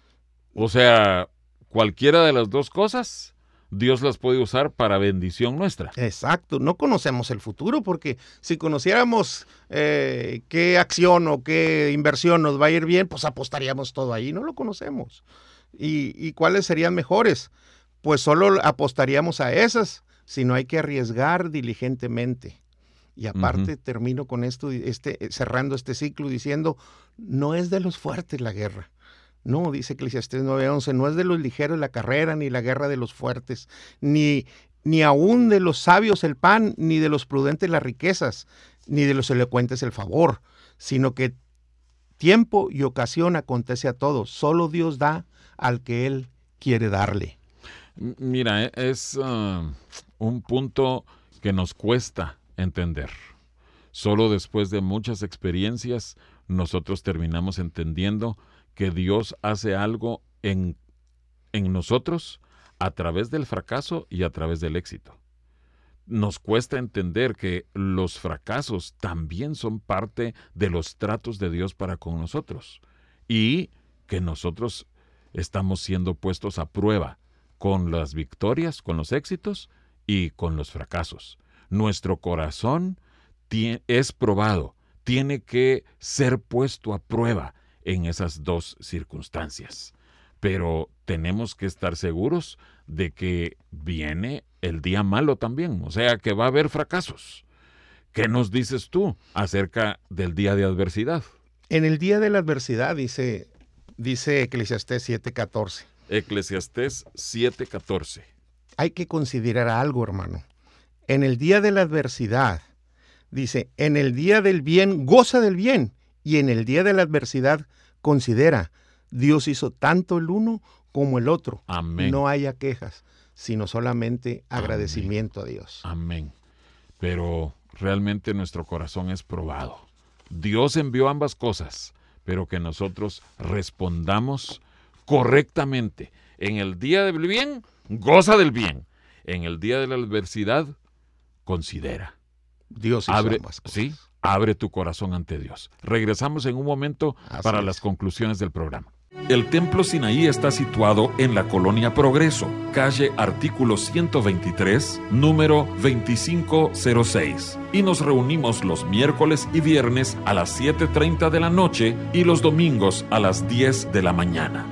O sea, cualquiera de las dos cosas, Dios las puede usar para bendición nuestra. Exacto, no conocemos el futuro porque si conociéramos eh, qué acción o qué inversión nos va a ir bien, pues apostaríamos todo ahí, no lo conocemos. ¿Y, y cuáles serían mejores? Pues solo apostaríamos a esas, si no hay que arriesgar diligentemente. Y aparte, uh-huh. termino con esto, este, cerrando este ciclo diciendo, no es de los fuertes la guerra. No, dice Eclesiastés nueve once, no es de los ligeros la carrera, ni la guerra de los fuertes, ni, ni aún de los sabios el pan, ni de los prudentes las riquezas, ni de los elocuentes el favor, sino que tiempo y ocasión acontece a todos. Solo Dios da al que Él quiere darle. Mira, es uh, un punto que nos cuesta entender. Solo después de muchas experiencias, nosotros terminamos entendiendo que Dios hace algo en, en nosotros a través del fracaso y a través del éxito. Nos cuesta entender que los fracasos también son parte de los tratos de Dios para con nosotros y que nosotros estamos siendo puestos a prueba con las victorias, con los éxitos y con los fracasos. Nuestro corazón tie- es probado, tiene que ser puesto a prueba en esas dos circunstancias. Pero tenemos que estar seguros de que viene el día malo también, o sea que va a haber fracasos. ¿Qué nos dices tú acerca del día de adversidad? En el día de la adversidad, dice, dice Eclesiastés siete catorce. Eclesiastés siete catorce. Hay que considerar algo, hermano. En el día de la adversidad, dice, en el día del bien, goza del bien. Y en el día de la adversidad, considera, Dios hizo tanto el uno como el otro. Amén. No haya quejas, sino solamente agradecimiento Amén. a Dios. Amén. Pero realmente nuestro corazón es probado. Dios envió ambas cosas, pero que nosotros respondamos correctamente. En el día del bien, goza del bien. En el día de la adversidad, considera. Dios hizo Abre, ambas cosas. ¿sí? Abre tu corazón ante Dios. Regresamos en un momento Así para es. las conclusiones del programa. El Templo Sinaí está situado en la Colonia Progreso, calle Artículo ciento veintitrés, número veinticinco cero seis. Y nos reunimos los miércoles y viernes a las siete treinta de la noche y los domingos a las diez de la mañana.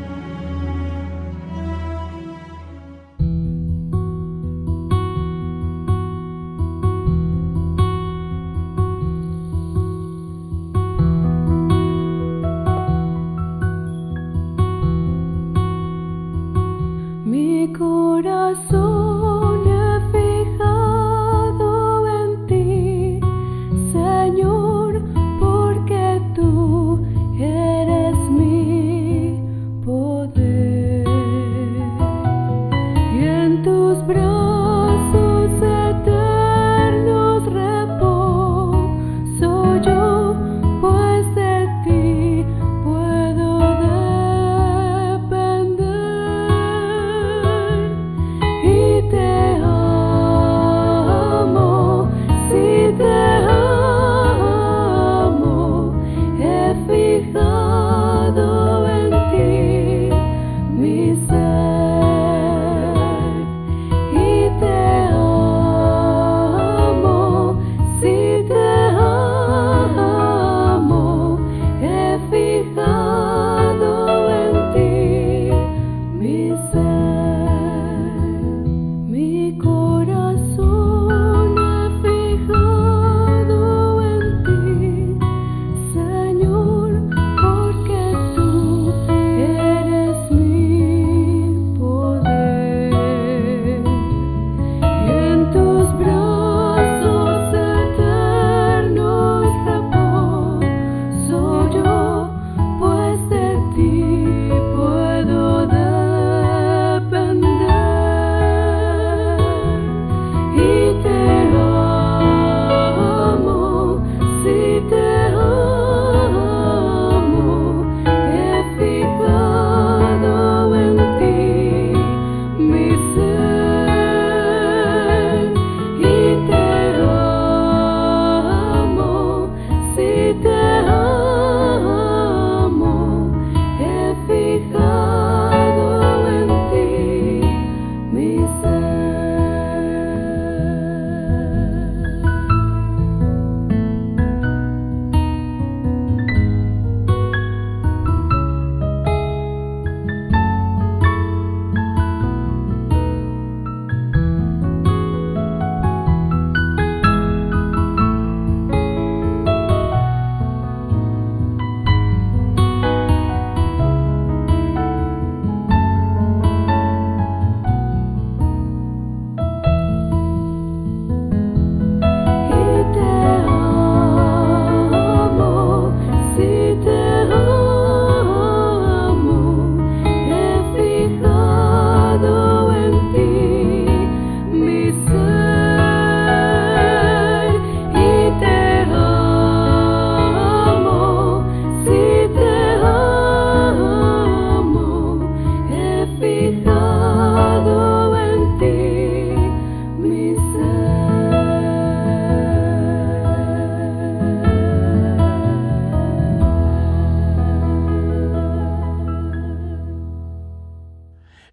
Mi corazón he fijado en ti, Señor, porque tú eres mi poder. Y en tus brazos eternos reposo yo, pues de ti puedo depender. Y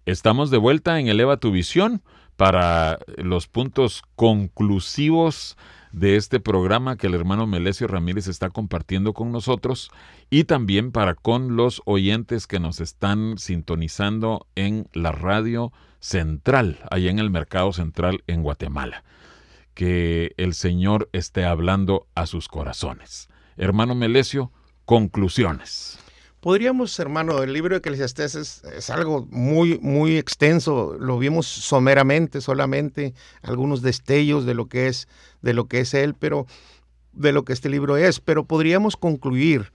Estamos de vuelta en Eleva tu Visión para los puntos conclusivos de este programa que el hermano Melesio Ramírez está compartiendo con nosotros y también para con los oyentes que nos están sintonizando en la radio central, allá en el Mercado Central en Guatemala. Que el Señor esté hablando a sus corazones. Hermano Melesio, conclusiones. Podríamos, hermano, el libro de Eclesiastés es, es algo muy, muy extenso. Lo vimos someramente, solamente algunos destellos de lo que es, de lo que es él, pero de lo que este libro es. Pero podríamos concluir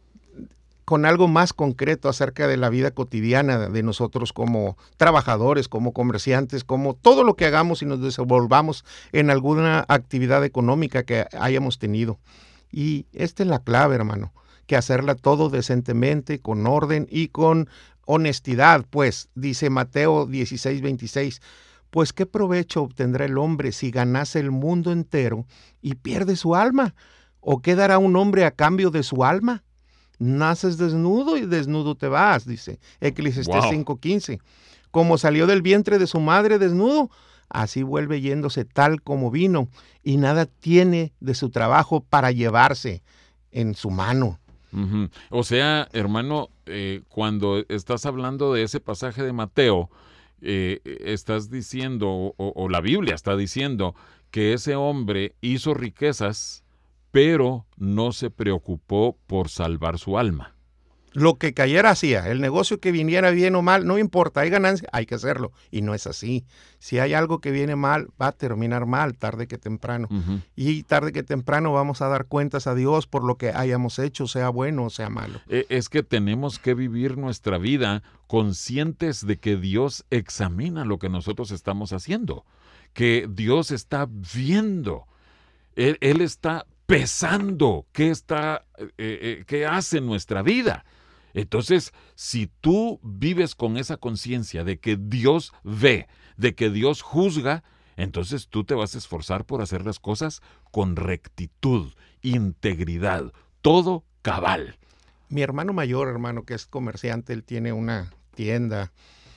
con algo más concreto acerca de la vida cotidiana de nosotros como trabajadores, como comerciantes, como todo lo que hagamos y nos desenvolvamos en alguna actividad económica que hayamos tenido. Y esta es la clave, hermano, que hacerla todo decentemente, con orden y con honestidad, pues, dice Mateo dieciséis, veintiséis, pues qué provecho obtendrá el hombre si ganase el mundo entero y pierde su alma, o qué dará un hombre a cambio de su alma. Naces desnudo y desnudo te vas, dice Eclesiastés Wow. cinco quince. Como salió del vientre de su madre desnudo, así vuelve yéndose tal como vino, y nada tiene de su trabajo para llevarse en su mano. Uh-huh. O sea, hermano, eh, cuando estás hablando de ese pasaje de Mateo, eh, estás diciendo, o, o la Biblia está diciendo, que ese hombre hizo riquezas, pero no se preocupó por salvar su alma. Lo que cayera hacía, el negocio que viniera bien o mal, no importa, hay ganancia, hay que hacerlo. Y no es así. Si hay algo que viene mal, va a terminar mal, tarde que temprano. Uh-huh. Y tarde que temprano vamos a dar cuentas a Dios por lo que hayamos hecho, sea bueno o sea malo. Eh, es que tenemos que vivir nuestra vida conscientes de que Dios examina lo que nosotros estamos haciendo, que Dios está viendo, Él, él está pesando qué, está, eh, eh, qué hace en nuestra vida. Entonces, si tú vives con esa conciencia de que Dios ve, de que Dios juzga, entonces tú te vas a esforzar por hacer las cosas con rectitud, integridad, todo cabal. Mi hermano mayor, hermano, que es comerciante, él tiene una tienda.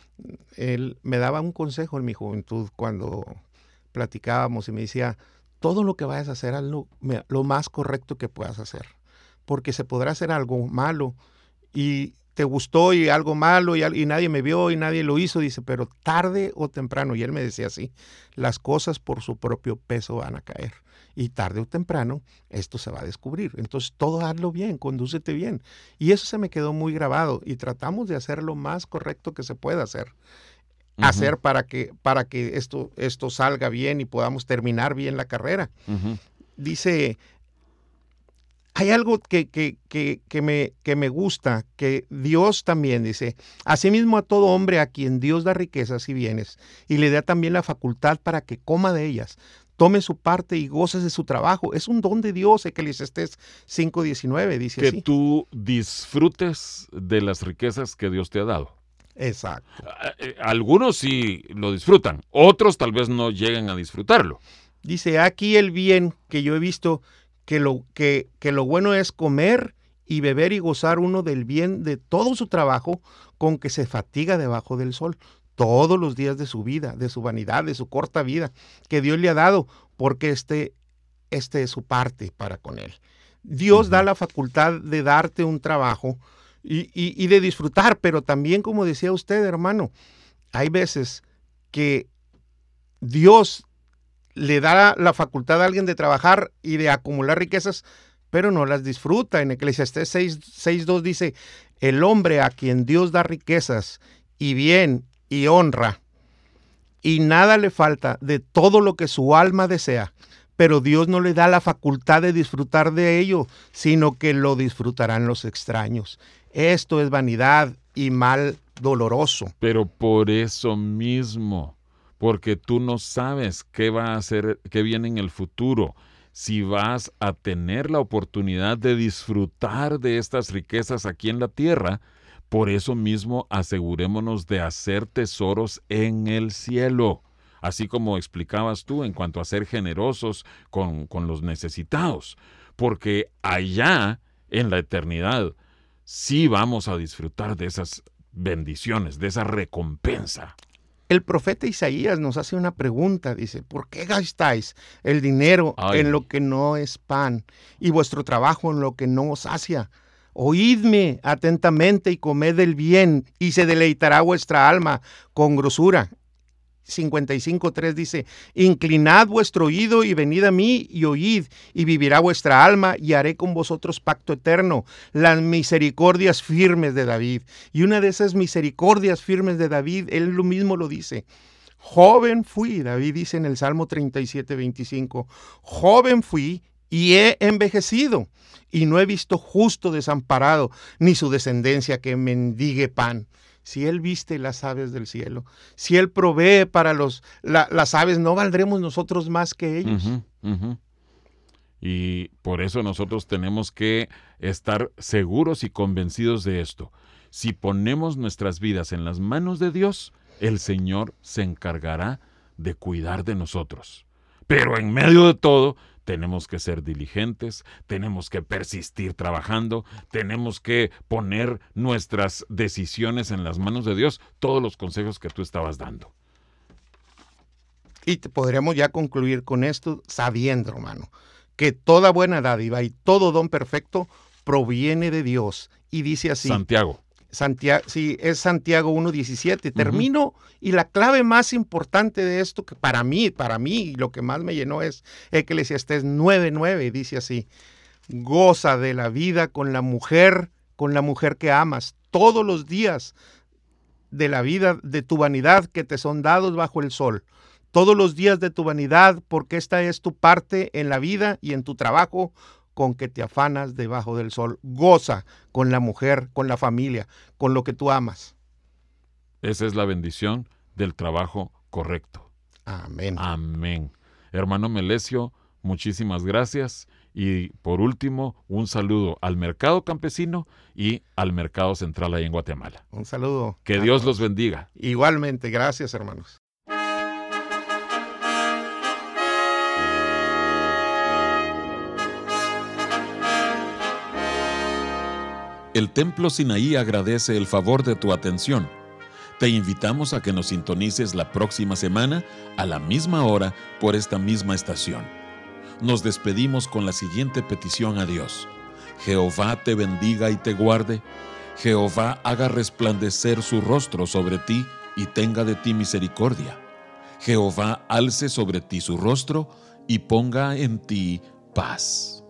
Él me daba un consejo en mi juventud cuando platicábamos y me decía, todo lo que vayas a hacer, haz lo, lo más correcto que puedas hacer, porque se podrá hacer algo malo y te gustó y algo malo y, y nadie me vio y nadie lo hizo, dice, pero tarde o temprano, y él me decía así, las cosas por su propio peso van a caer y tarde o temprano esto se va a descubrir. Entonces todo hazlo bien, condúcete bien. Y eso se me quedó muy grabado y tratamos de hacer lo más correcto que se pueda hacer. Uh-huh. Hacer para que, para que esto, esto salga bien y podamos terminar bien la carrera. Uh-huh. Dice... Hay algo que, que, que, que, me, que me gusta, que Dios también dice, asimismo a todo hombre a quien Dios da riquezas y bienes, y le da también la facultad para que coma de ellas, tome su parte y goces de su trabajo. Es un don de Dios, Eclesiastés cinco diecinueve, dice que así. Que tú disfrutes de las riquezas que Dios te ha dado. Exacto. Algunos sí lo disfrutan, otros tal vez no lleguen a disfrutarlo. Dice, aquí el bien que yo he visto, Que lo, que, que lo bueno es comer y beber y gozar uno del bien de todo su trabajo con que se fatiga debajo del sol todos los días de su vida, de su vanidad, de su corta vida que Dios le ha dado, porque este, este es su parte para con él. Dios uh-huh. da la facultad de darte un trabajo y, y, y de disfrutar, pero también, como decía usted, hermano, hay veces que Dios le da la facultad a alguien de trabajar y de acumular riquezas, pero no las disfruta. En Eclesiastés seis dos dice, el hombre a quien Dios da riquezas y bien y honra, y nada le falta de todo lo que su alma desea, pero Dios no le da la facultad de disfrutar de ello, sino que lo disfrutarán los extraños. Esto es vanidad y mal doloroso. Pero por eso mismo... porque tú no sabes qué va a hacer, qué viene en el futuro, si vas a tener la oportunidad de disfrutar de estas riquezas aquí en la tierra. Por eso mismo asegurémonos de hacer tesoros en el cielo, así como explicabas tú en cuanto a ser generosos con, con los necesitados, porque allá en la eternidad sí vamos a disfrutar de esas bendiciones, de esa recompensa. El profeta Isaías nos hace una pregunta, dice, ¿por qué gastáis el dinero Ay. en lo que no es pan y vuestro trabajo en lo que no os sacia? Oídme atentamente y comed el bien, y se deleitará vuestra alma con grosura. cincuenta y cinco tres dice, inclinad vuestro oído y venid a mí y oíd, y vivirá vuestra alma, y haré con vosotros pacto eterno, las misericordias firmes de David. Y una de esas misericordias firmes de David, él lo mismo lo dice. Joven fui, David dice en el Salmo treinta y siete veinticinco, joven fui y he envejecido, y no he visto justo desamparado, ni su descendencia que mendigue pan. Si Él viste las aves del cielo, si Él provee para los, la, las aves, ¿no valdremos nosotros más que ellos? Uh-huh, uh-huh. Y por eso nosotros tenemos que estar seguros y convencidos de esto. Si ponemos nuestras vidas en las manos de Dios, el Señor se encargará de cuidar de nosotros. Pero en medio de todo, tenemos que ser diligentes, tenemos que persistir trabajando, tenemos que poner nuestras decisiones en las manos de Dios, todos los consejos que tú estabas dando. Y te podríamos ya concluir con esto sabiendo, hermano, que toda buena dádiva y todo don perfecto proviene de Dios. Y dice así. Santiago. Santiago, sí, es Santiago uno diecisiete. Termino, uh-huh. Y la clave más importante de esto, que para mí, para mí, lo que más me llenó es Eclesiastés nueve nueve, dice así, goza de la vida con la mujer, con la mujer que amas, todos los días de la vida de tu vanidad que te son dados bajo el sol, todos los días de tu vanidad, porque esta es tu parte en la vida y en tu trabajo, con que te afanas debajo del sol. Goza con la mujer, con la familia, con lo que tú amas. Esa es la bendición del trabajo correcto. Amén. Amén. Hermano Melesio, muchísimas gracias. Y por último, un saludo al mercado campesino y al mercado central ahí en Guatemala. Un saludo. Que Dios los bendiga. Igualmente, gracias, hermanos. El Templo Sinaí agradece el favor de tu atención. Te invitamos a que nos sintonices la próxima semana a la misma hora por esta misma estación. Nos despedimos con la siguiente petición a Dios. Jehová te bendiga y te guarde. Jehová haga resplandecer su rostro sobre ti y tenga de ti misericordia. Jehová alce sobre ti su rostro y ponga en ti paz.